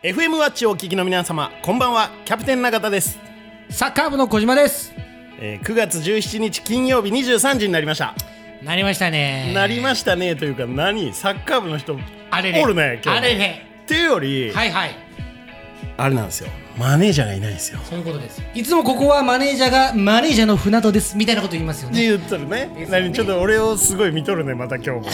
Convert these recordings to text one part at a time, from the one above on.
FM ワッチをお聞きの皆様、こんばんは。キャプテン永田です。 サッカー部の小島です。 9月17日金曜日23時になりました。 なりましたね。 なりましたねというか、サッカー部の人あれれおるね今日。 あれれっていうより、 はいはい、 あれなんですよ、マネージャーがいないんですよ。 そういうことです。いつもここはマネージャーの船戸ですみたいなこと言いますよね。 言っとるね。何ちょっと俺をすごい見とるね、また今日も。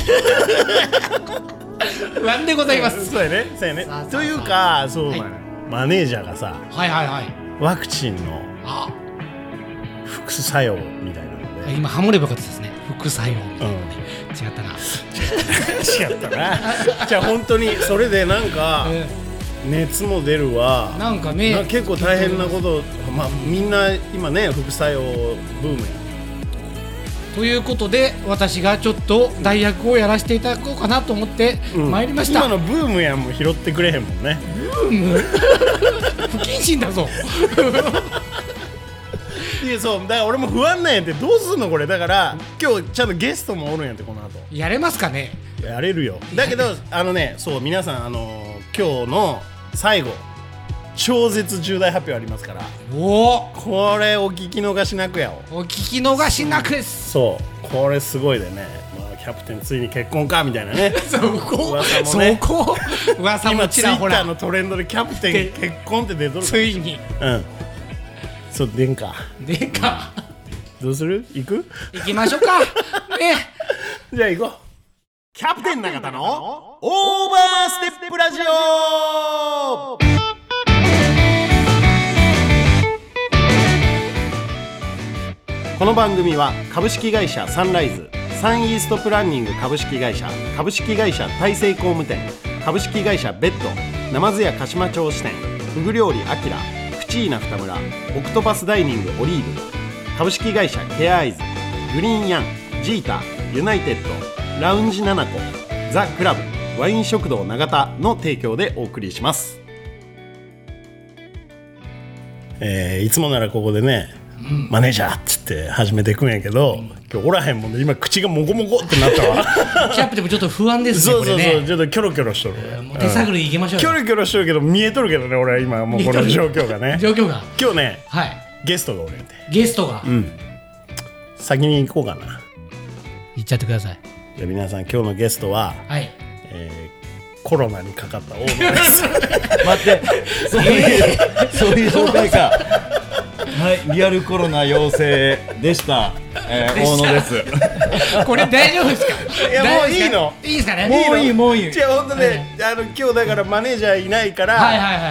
不安でございます。 そうやね、そうやね。というか、そうなの、マネージャーがさ、 はいはいはい、 ワクチンの副作用みたいなので、 今ハモればよかったですね。副作用、違ったな。 違ったな。じゃあ本当にそれでなんか、熱も出るわ。 なんかね、 結構大変なこと、みんな今ね、副作用ブームや。 ということで、私がちょっと代役をやらせていただこうかなと思って参りました。 今のブームやんも拾ってくれへんもんね。 ブーム不謹慎だぞ。 いや、そうだから俺も不安なんやって。どうすんのこれ。だから今日ちゃんとゲストもおるんやって。この後やれますかね。 やれるよ。だけどそう、皆さん今日の最後、超絶重大発表ありますから。これお聞き逃しなくやお聞き逃しなくです。 そう、これすごいでね、キャプテンついに結婚かみたいなね。 そこ噂もちらほら。 今ツイッターのトレンドでキャプテン結婚って出とる。 ついに。 そう、でんかどうする？行きましょうか。ね。 じゃあ行こう。キャプテン永田のオーバーステップラジオ。この番組は株式会社サンライズ、サンイーストプランニング株式会社、株式会社大成工務店、株式会社ベッド、ナマズ屋鹿島町支店、フグ料理アキラ、クチーナ二村、オクトパスダイニングオリーブ、株式会社ケアアイズ、グリーンヤン、ジータ、ユナイテッド、ラウンジナナコ、ザ・クラブ、ワイン食堂永田の提供でお送りします。いつもならここでね、マネージャーっつって始めていくんやけど、今日おらへんもんで、今口がモコモコってなったわ。 キャプテンもちょっと不安ですね。 そう、ちょっとキョロキョロしとる。 もう手探りでいきましょうよ。 キョロキョロしとるけど見えとるけどね、俺は今もうこの状況がね。 状況が今日ね、 はい、 ゲストがおるんやて。 ゲストが、 先に行こうかな。 行っちゃってください。 じゃあ皆さん、今日のゲストは、コロナにかかった大野です。 待って、そういう状態か。はい、リアルコロナ陽性でした。大野です。 これ大丈夫ですか？ いや、もういいの？ いいですかね？ もういい。 じゃあ本当ね、今日だからマネージャーいないから、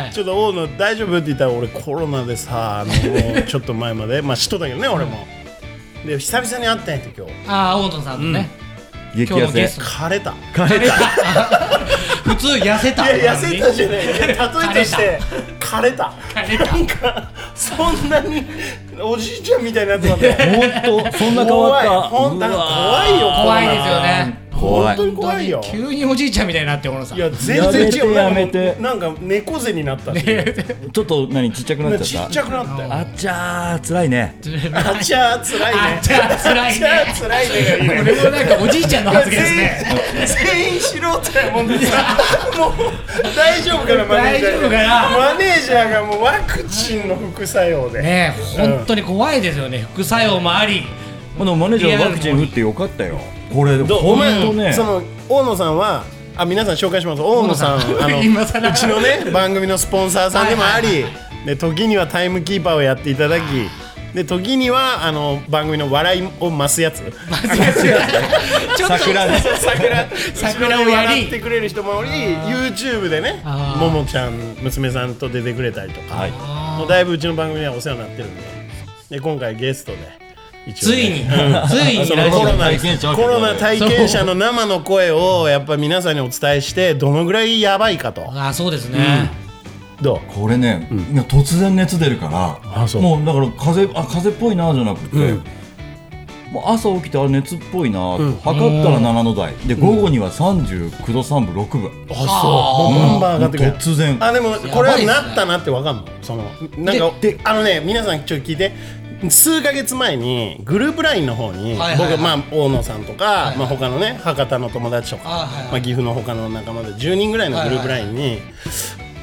ちょっと大野大丈夫って言ったら、俺コロナでさ、もうちょっと前まで知っとったけどね、俺も。で久々に会ったんやって今日。 大野さんとね。 激痩せ。 枯れた。 普通痩せた。 いや、痩せたじゃない。例えとして枯れた。なんかそんなにおじいちゃんみたいになってたんだよ。 本当、そんな変わった。 本当怖いよ。 怖いですよね。 本当に怖いよ。 急におじいちゃんみたいになって、小野さん。 いや、全然違う。 やめて。 なんか猫背になったし、ちょっとちっちゃくなっちゃった。 ちっちゃくなったよ。 あっちゃー、辛いね。 あっちゃー、辛いね。 あっちゃー、辛いね。 辛いねがいいね。 これもなんかおじいちゃんの発言ですね。 全員素人やもんでさ、もう大丈夫かな、マネージャー。マネージャーがもうワクチンの副作用でね、本当に怖いですよね。副作用もあり。 でもマネージャーワクチン打ってよかったよ。これお前、その大野さんは、皆さん紹介します。大野さん、うちのね番組のスポンサーさんでもあり、で時にはタイムキーパーをやっていただき、で時には番組の笑いを増すやつ、桜を笑ってくれる人もおり、 YouTube でね、ももちゃん娘さんと出てくれたりとか、もうだいぶうちの番組にはお世話になってるんで、今回ゲストでついにそのコロナ体験者の生の声をやっぱ皆さんにお伝えして、どのぐらいやばいかと。 そうですね。 どうこれね、突然熱出るから、もうだから風邪っぽいなじゃなくて、もう朝起きて熱っぽいな、測ったら7度台で、午後には39度3分6分。 そう、バンバン上がってくる。 突然。 でもこれはなったなってわかんの？なんか皆さんちょっと聞いて。数ヶ月前にグループ LINE の方に、僕大野さんとか、他のね博多の友達とか、岐阜の他の仲間で10人ぐらいのグループ LINE に、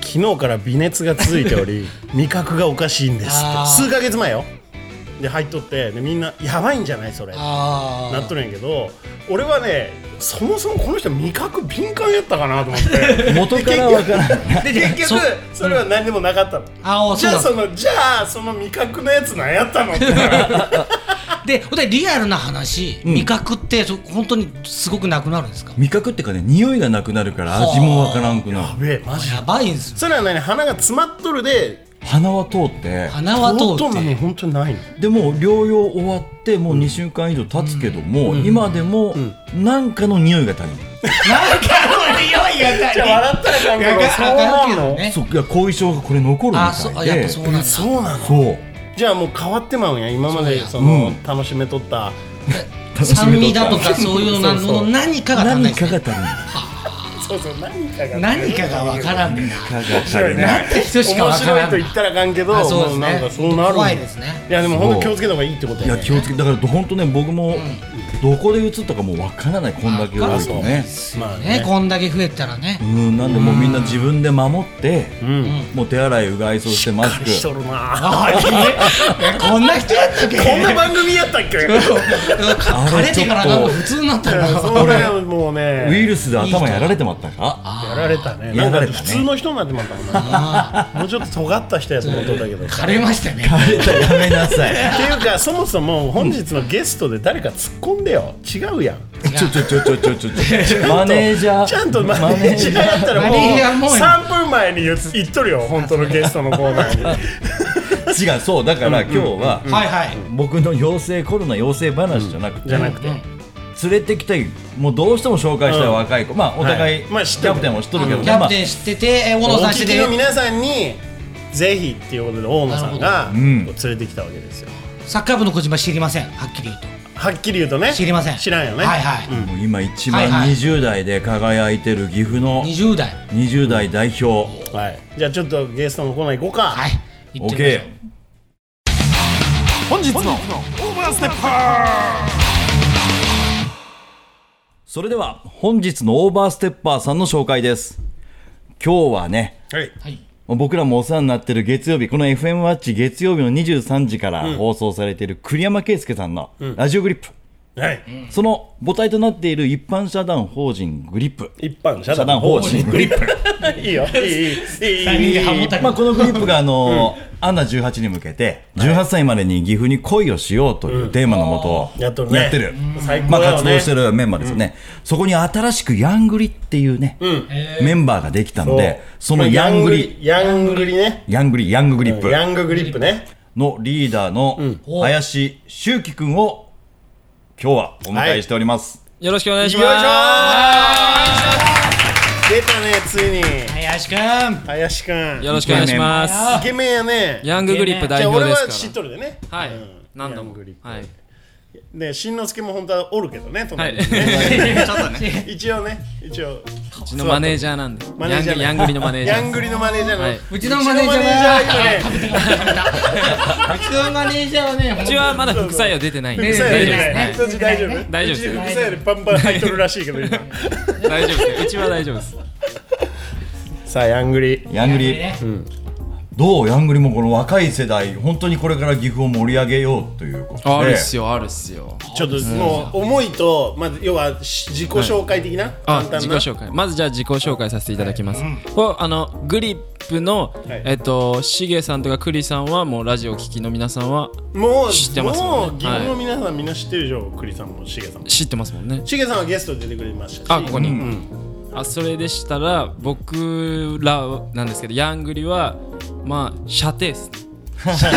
昨日から微熱が続いており味覚がおかしいんですって数ヶ月前よで入っとってでみんなやばいんじゃないそれなっとるんやけど俺はねそもそもこの人味覚敏感やったかなと思って元からわからないで結局それは何でもなかったの、じゃあその味覚のやつ何やったのってでリアルな話、味覚って本当にすごくなくなるんですか？ 味覚ってかね匂いがなくなるから味もわからんくなる。 やべえマジやばいんですよ。 それは何鼻が詰まっとるで鼻は通って本当にないのでも療養終わってもう2週間以上経つけども、今でも何かの匂いが足りない。 なんかの匂いが足りない。 じゃあ笑ったらかんけどそうなのね。 そういや後遺症がこれ残るみたいで。 やっぱそうなんだ。 そうなの。 そうじゃあもう変わってまうんや今までその楽しめとった酸味だとかそういうの何かが足りない。 そう何かが分からんねんな。 なんて人しか分からん。面白いと言ったらあかんけど、なんかそうなる。 怖いですね。 いやでも本当気をつけた方がいいってことやね。 いや気をつけだから本当ね僕もどこで移ったかもう分からないこんだけ多いとね。 まあねこんだけ増えたらね。 なんでもうみんな自分で守ってもう手洗いうがいそしてマスク。 しとるな。 こんな人やったっけ？ こんな番組やったっけ？ 枯れてからなんか普通になったら。 それはもうね。 ウイルスで頭やられてまったか？ やられたね。なんか普通の人になってまったな。もうちょっと尖った人やと思っとったけど。 枯れましたね。 枯れたやめなさい。 っていうかそもそも本日のゲストで誰か突っ込んでよ。違うやん。 ちょマネージャーちゃんとマネージャーやったらもう3分前に言っとるよ本当のゲストのコーナーに。 違うそうだから今日は僕のコロナ陽性話じゃなくて連れてきたいもうどうしても紹介したい若い子お互いキャプテンも知っとるけどキャプテン知ってて大野さん知っててお聞きの皆さんにぜひっていうことで大野さんが連れてきたわけですよ。 サッカー部の小島知りませんはっきり言うと。 はっきり言うとね知りません。 知らんよね。 もう今一番20代で輝いてる岐阜の20代代表。 じゃあちょっとゲストのコーナー行こうか。 はいオッケー。 本日のオーバーステッパー。 それでは本日のオーバーステッパーさんの紹介です。今日はね、僕らもお世話になってる月曜日この FM ワッチ月曜日の23時から放送されている栗山圭介さんのラジオグリップ、その母体となっている一般社団法人グリップ一般社団法人グリップいいよいいこのグリップがアンダー18に向けて18歳までに岐阜に恋をしようというテーマのもとやってる活動してるメンバーですよね。そこに新しくヤングリっていうねメンバーができたのでそのヤンググリップねのリーダーの林修樹くんを今日はお迎えしております。 よろしくお願いします。 出たねついに林くんよろしくお願いします。 イケメンやね。 ヤンググリップ代表ですから。 俺は知っとるでね。 はい何度もでしんのすけも本当はおるけどね隣にね一応うちのマネージャーなんでヤングリのマネージャーヤングリのマネージャーのうちのマネージャーはうちのマネージャーはねうちはまだ副作用出てないんで大丈夫大丈夫です副作用でパンパン入っとるらしいけど今大丈夫ですうちは大丈夫です。 さあヤングリどうヤングリもこの若い世代本当にこれから岐阜を盛り上げようということであるっすよちょっともう思いとまず要は自己紹介的な簡単な自己紹介まずじゃあ自己紹介させていただきます。グリップのしげさんとかクリさんはもうラジオ聴きの皆さんは知ってますもんね。 もう岐阜の皆さんみんな知ってるでしょ。クリさんもしげさんも知ってますもんね。 しげさんはゲストで出てくれましたしここにそれでしたら僕らなんですけどヤングリは射程ですね。 射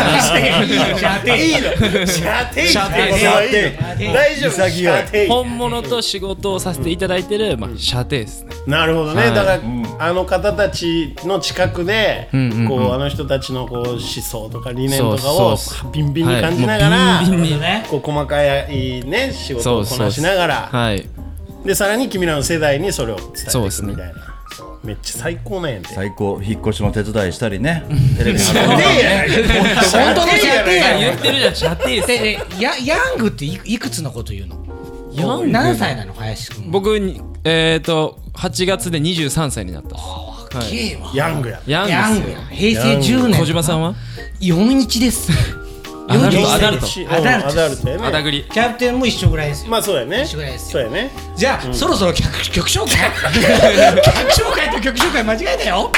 程本物と仕事をさせていただいてる射程ですね。 なるほどね。だからあの方たちの近くでこうあの人たちのこう思想とか理念とかをビンビンに感じながらこう細かいね仕事をこなしながらでさらに君らの世代にそれを伝えていくみたいな。めっちゃ最高なんやんて。 最高。引っ越しの手伝いしたりねテレビ射程や本当の射程や言ってるじゃん射程です。 ヤングっていくつのこと言うの？何歳なの林くん？ 僕8月で23歳になった。 K はヤングや。 ヤンヤンググですよ。 平成10年小島さんは 41ですアダルト 41 アダルトうんアダルトアダルトやね。 アダグリ。 キャプテンも一緒ぐらいですよ。 まあそうやね。 一緒ぐらいですよそうやね。 じゃあ、そろそろ曲紹介曲紹介と曲紹介間違えたよ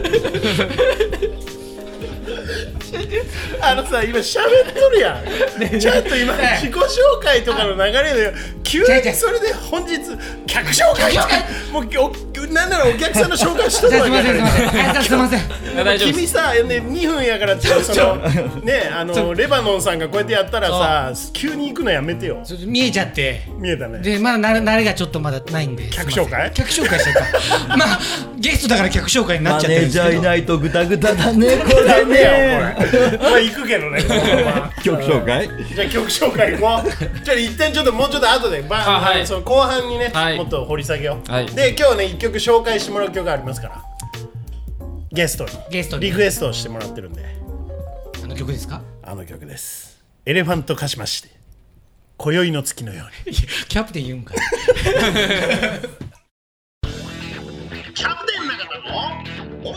さ今喋っとるやん。ちゃんと今ね自己紹介とかの流れで急にそれで本日客紹介もうなんならお客さんの紹介しとるわけやから。 すいません大丈夫です。 君さ、2分やからってレバノンさんがこうやってやったらさ、急に行くのやめてよ。 ちょっと見えちゃって見えたね。 でまだ慣れがちょっとまだないんで客紹介客紹介しちゃったまあゲストだから客紹介になっマちゃってるんですけどネージャーいないとグダグダだねこダれメよねこれ。まあ行くけどね。このまま曲紹介じゃあ曲紹介行こう。じゃあ一旦ちょっともうちょっと後ではいその後半にね、 はいもっと掘り下げよう。 はいで今日ね一曲紹介してもらう曲がありますから。ゲストにリクエストをしてもらってるんで、 あの曲ですかあの曲です。エレファントカシマシで今宵の月のように。 キャプテン言うんかいキャプテン中田の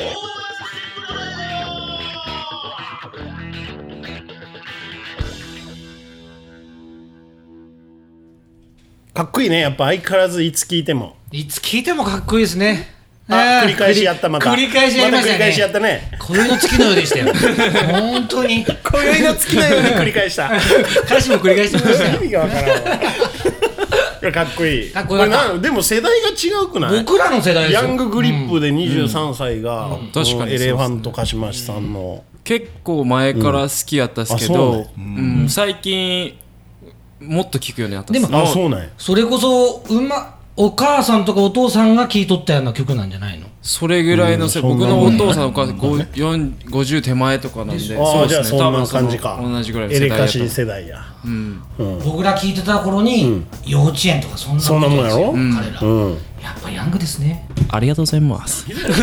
かっこいいね。やっぱ相変わらずいつ聞いてもいつ聞いてもかっこいいですね繰り返しやった。また繰り返しやりましたね繰り返しやったね。 今宵の月のようでしたよ本当に今宵の月のように繰り返した歌詞も繰り返してましたよ意味がわからんわ。いやかっこいい。 かっこよかったこれでも世代が違うくない？ 僕らの世代ですよヤンググリップで23歳が、 確かにエレファントカシマシさんの、 結構前から好きやったっすけうんあど、 そう最近もっと聞くようになったっす。 でもそうなんや。 それこそお母さんとかお父さんが聴いとったような曲なんじゃないのそれぐらいの僕のお父さんお母さん50手前とかなんで、 ああじゃあそんな多分感じか。 同じぐらいのエレカ世代やったシ世代や。 僕ら聴いてた頃に幼稚園とかそんなそんなもんやろ。 彼らうん。 やっぱヤングですねありがとうございます。 ちゃんと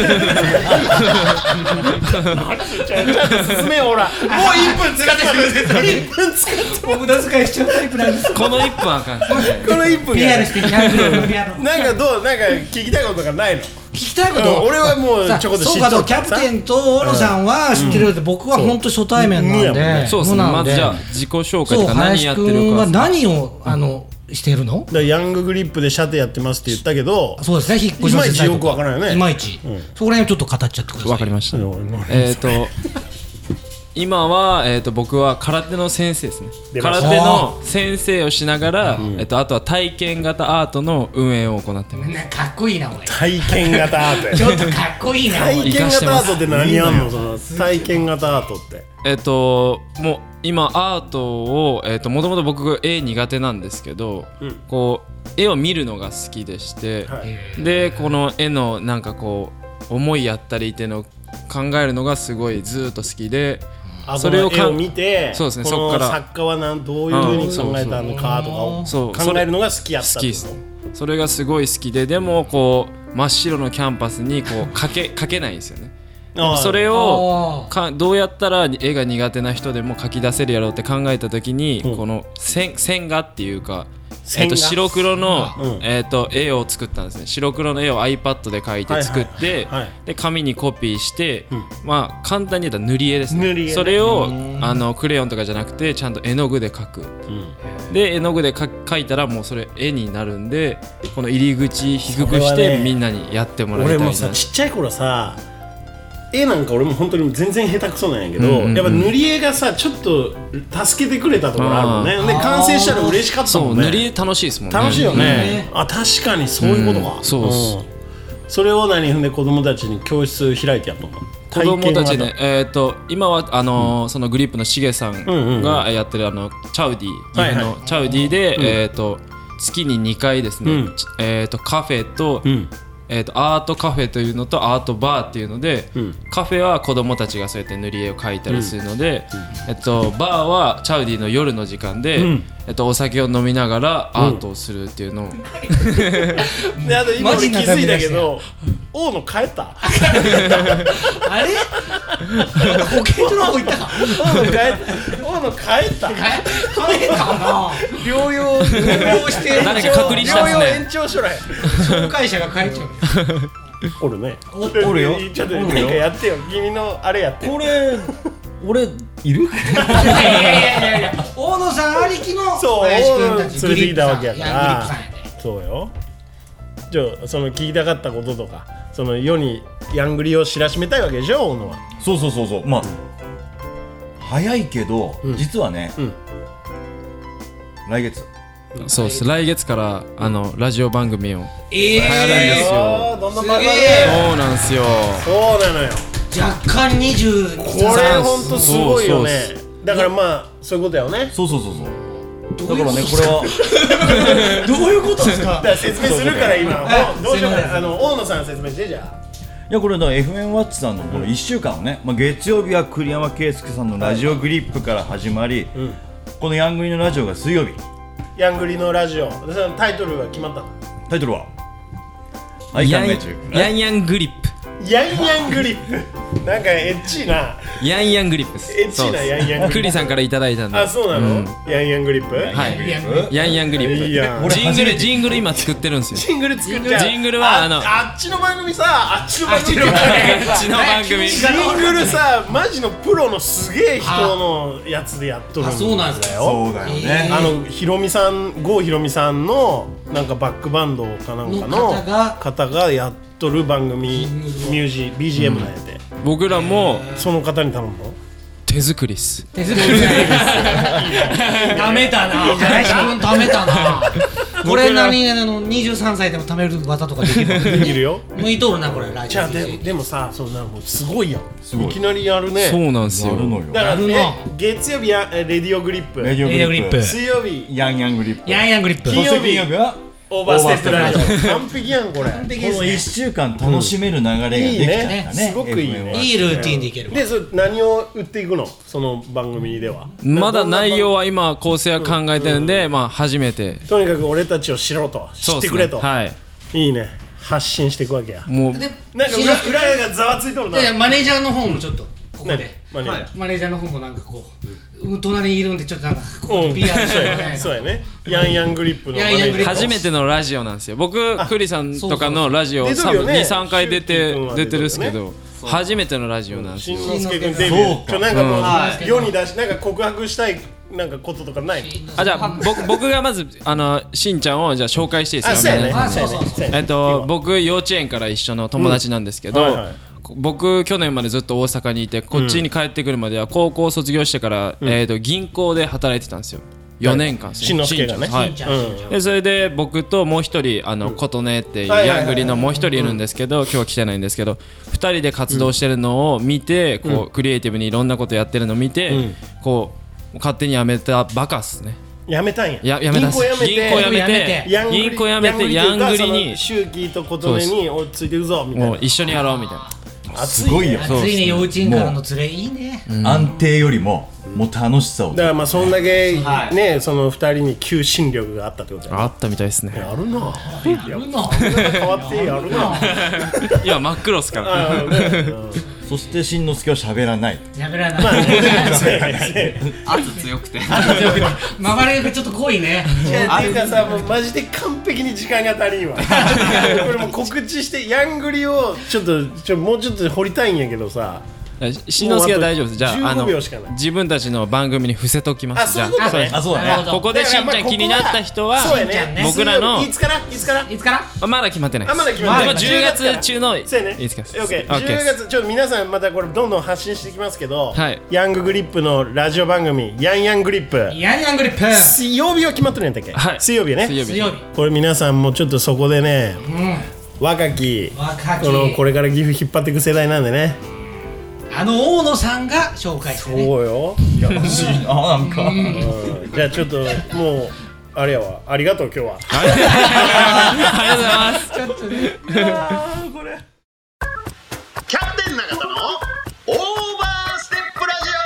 進めよほら。もう1分使ってる。1分使ってる。 無駄遣いしちゃうタイプなんですこの1分あかんっすね。 この1分や。 ピアノしてヤングのピアノなんか聞きたいことがないの？ 聞きたいこと俺はもうちょこっと知っとそうかキャプテンと大野さんは知ってるけど僕は本当初対面なんでそうですね。まずじゃあ自己紹介とか何やってる林くんはか。 何をしてるのだからヤンググリップで射程やってますって言ったけど、 そうですね引っ越しの手伝いまいちよくわからないよね。 いまいちそこら辺をちょっと語っちゃってくださいわかりました。 うん今は僕は空手の先生ですね。 出ました空手の先生をしながらあとは体験型アートの運営を行ってます。 ねかっこいいな俺体験型アートや。 ちょっとかっこいいな体俺験型アートって何やんの？その体験型アートって。 もう今アートをもともと僕絵苦手なんですけど、こう絵を見るのが好きでして、でこの絵のなんかこう思いやったりっていうのを考えるのがすごいずっと好きで、 それを絵を見て、 そうですね、 このそっから作家はどういうふうに考えたのかとかをそう考えるのが好きやった好きです。それがすごい好きで、でもこう真っ白のキャンパスにこう描けないんですよね。それをどうやったら絵が苦手な人でも描き出せるやろうって考えた時に、この線画っていうか、白黒の、絵を作ったんですね。白黒の絵を iPad で描いて作って、で紙にコピーして、まあ簡単に言ったら塗り絵ですね。それをクレヨンとかじゃなくてちゃんと絵の具で描く、で絵の具で描いたらもうそれ絵になるんで、この入り口低くしてみんなにやってもらいたいな。 俺もさちっちゃい頃さ絵なんか俺も本当に全然下手くそなんやけど、やっぱ塗り絵がさちょっと助けてくれたところあるもんね。で完成したら嬉しかったもんね。 そう塗り絵楽しいですもんね。 楽しいよね。あ確かにそういうことか。 そうです。 それを踏んで子供たちに教室開いてやったの。 子供たちね、今はそのグリップのしげさんがやってるチャウディ、岐阜のチャウディで月に2回ですね、カフェとアートカフェというのとアートバーっていうので、カフェは子供たちがそうやって塗り絵を描いたりするので、バーはチャウディの夜の時間で、お酒を飲みながらアートをするっていうのを、 であと今俺気づいたけど大野帰ったあれ保健所の方行ったか大野帰った帰ったかな療養して誰か隔離したんですね。 療養延長しろや紹介者が帰っちゃうおるね。 おるよ。 ちょっとなんかやってよ。君のあれやって。 これ俺いる？ いや大野さんありきの林くんたち連れてきたわけやから。 グリップさんやで。 そうよ。じゃあその聞きたかったこととか、その世にヤングリを知らしめたいわけでしょ、大野は。 そうまあ、早いけど、実はね、来月そうです。来月からラジオ番組を流行るんですよ。 どんな番組？ そうなんですよ。 そうなのよ。 若干20 これほんとすごいよね。だからまあそういうことやよね。 そうだからね、これはどういうことですか？ だから説明するから今。どうしようか。大野さん説明してじゃあ。 いやこれだから FM ワッチさんのこの1週間をね、まあ、月曜日は栗山圭介さんのラジオグリップから始まり、このヤングリのラジオが水曜日。 ヤングリのラジオ、そのタイトルは決まったの？ タイトルは考え中。 ヤンヤングリップ。 ヤンヤングリップ。なんかエッチーな。 ヤンヤングリップです。 エッチーなヤンヤングリップ。 クリさんからいただいたんで。 あ、そうなの？ヤンヤングリップ？ はい。ヤンヤングリップ。 いいやん。 ジングル今作ってるんですよ。 ジングル作っちゃう。 ジングルはあっちの番組さ、あっちの番組。ジングルさ、マジのプロのすげえ人のやつでやっとるんだよ。 そうなんですよ。そうだよね。 ひろみさん、郷ひろみさんのなんかバックバンドかなんかの方がやっとる番組BGM なんやて。 僕らもその方に頼むの？ 手作りっす。 手作りダメだな。林くんダメだな。これなりに23歳でも貯める技とかできるの？ できるよ。 向いとるなこれ。 じゃあでもさ、そうなもうすごいやん。いきなりやるね。 そうなんですよ。 だから月曜日はレディオグリップ。水曜日ヤンヤングリップ。 金曜日はオーバーステップラジオ。完璧やんこれ。この 1週間楽しめる流れができちゃったね。 すごくいいね。 いいルーティンでいける。 で、それ何を売っていくの？その番組では。 まだ内容は今構成は考えてるんで、まあ初めて。 とにかく俺たちを知ろうと、知ってくれと。 はい。 いいね。発信していくわけや。 もうなんか裏がざわついとるな。 マネージャーの方もちょっとここで。 マネージャーの方もなんかこう隣にいるんでちょっとなんかこう PR してそうやね。ヤンヤングリップの初めてのラジオなんですよ。僕クリさんとかのラジオ多分 2,3 回出てるんですけど、初めてのラジオなんですよ。 しんのすけくんデビュー。なんかもう世に出しなんか告白したいなんかこととかない？ じゃあ僕がまずしんちゃんをじゃあ紹介していいですか？僕幼稚園から一緒の友達なんですけど、僕去年までずっと大阪にいて、こっちに帰ってくるまでは高校卒業してから銀行で働いてたんですよ。4年間。 しんのすけがね。 でそれで僕ともう一人琴音っていうヤングリのもう一人いるんですけど、今日は来てないんですけど、2人で活動してるのを見て、こうクリエイティブにいろんなことやってるのを見て、こう勝手に辞めたバカっすね。 やめたんや。 銀行辞めてヤングリに周期と琴音に追いついてるぞみたいな。 もう一緒にやろうみたいな。 すごいよ。 ついに幼稚園からの連れいいね。 安定よりももう楽しさを。 だからまあそんだけね、その2人に求心力があったってことだよね。 あったみたいですね。 やるな。変わってやるな。 今真っ黒っすから。 そしてしんのすけは喋らない。 喋らない。 圧強くて。 曲がりがちょっと濃いね。 っていうかさ、もうマジで完璧に時間が足りんわ。これもう告知してヤングリをちょっともうちょっと掘りたいんやけどさ。 しんのすけは大丈夫です。じゃあ 15秒しかない。 自分たちの番組に伏せときます。 じゃあそうだね。 ここでしんちゃん気になった人は僕らのいつからまだ決まってないです。 まだ決まってない。 でも10月中のいそうやね。 つかです。 10月ちょっと皆さんまたこれどんどん発信していきますけど、ヤンググリップのラジオ番組ヤンヤングリップ。水曜日は決まってるんやったっけ？水曜日ね。これ皆さんもちょっとそこでね、若きこれから岐阜引っ張っていく世代なんでね。 大野さんが紹介してね。 そうよ。 やらしいな、なんか。 じゃあちょっともうあれやわ。ありがとう今日は。 ありがとうございます。ちょっとね。 これ。キャプテン中田のオーバーステップラジ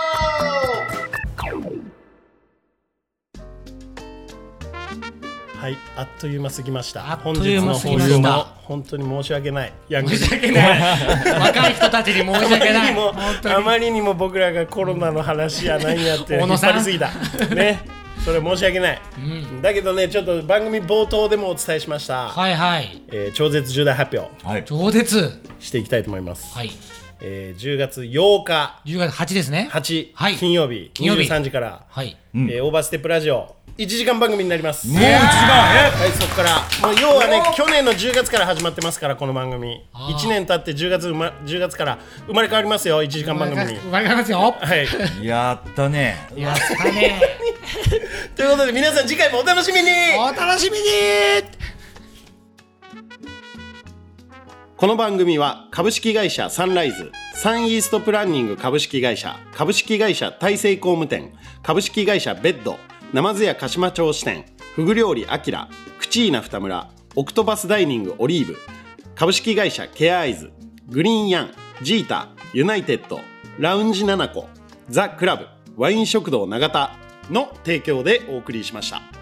オ。はい、あっという間過ぎました。本日の放送も本当に申し訳ない。 申し訳ない。若い人たちに申し訳ない。 あまりにも僕らがコロナの話や何やって引っ張りすぎた。ね。 それ申し訳ない、だけどねちょっと番組冒頭でもお伝えしました、 はいはい、 超絶重大発表、 はい、 超絶していきたいと思います、 はい、 10月8日 10月8ですね、 8、 はい、 金曜日23時から、 はい、 オーバーステップラジオ1時間番組になります。 もう1時間、 はい、そこからもう要はね去年の10月から始まってますから、この番組1年経って10月から生まれ変わりますよ、1時間番組に生まれ変わりますよ。 はいやったね。 やったねということで皆さん次回もお楽しみに。 お楽しみに。 この番組は株式会社サンライズ、サンイーストプランニング株式会社、株式会社大成工務店、株式会社ベッド、ナマズ屋鹿島町支店、フグ料理アキラ、クチーナ二村、オクトパスダイニングオリーブ、株式会社ケアアイズ、グリーンヤン、ジータ、ユナイテッド、ラウンジナナコ、ザ・クラブ、ワイン食堂永田の提供でお送りしました。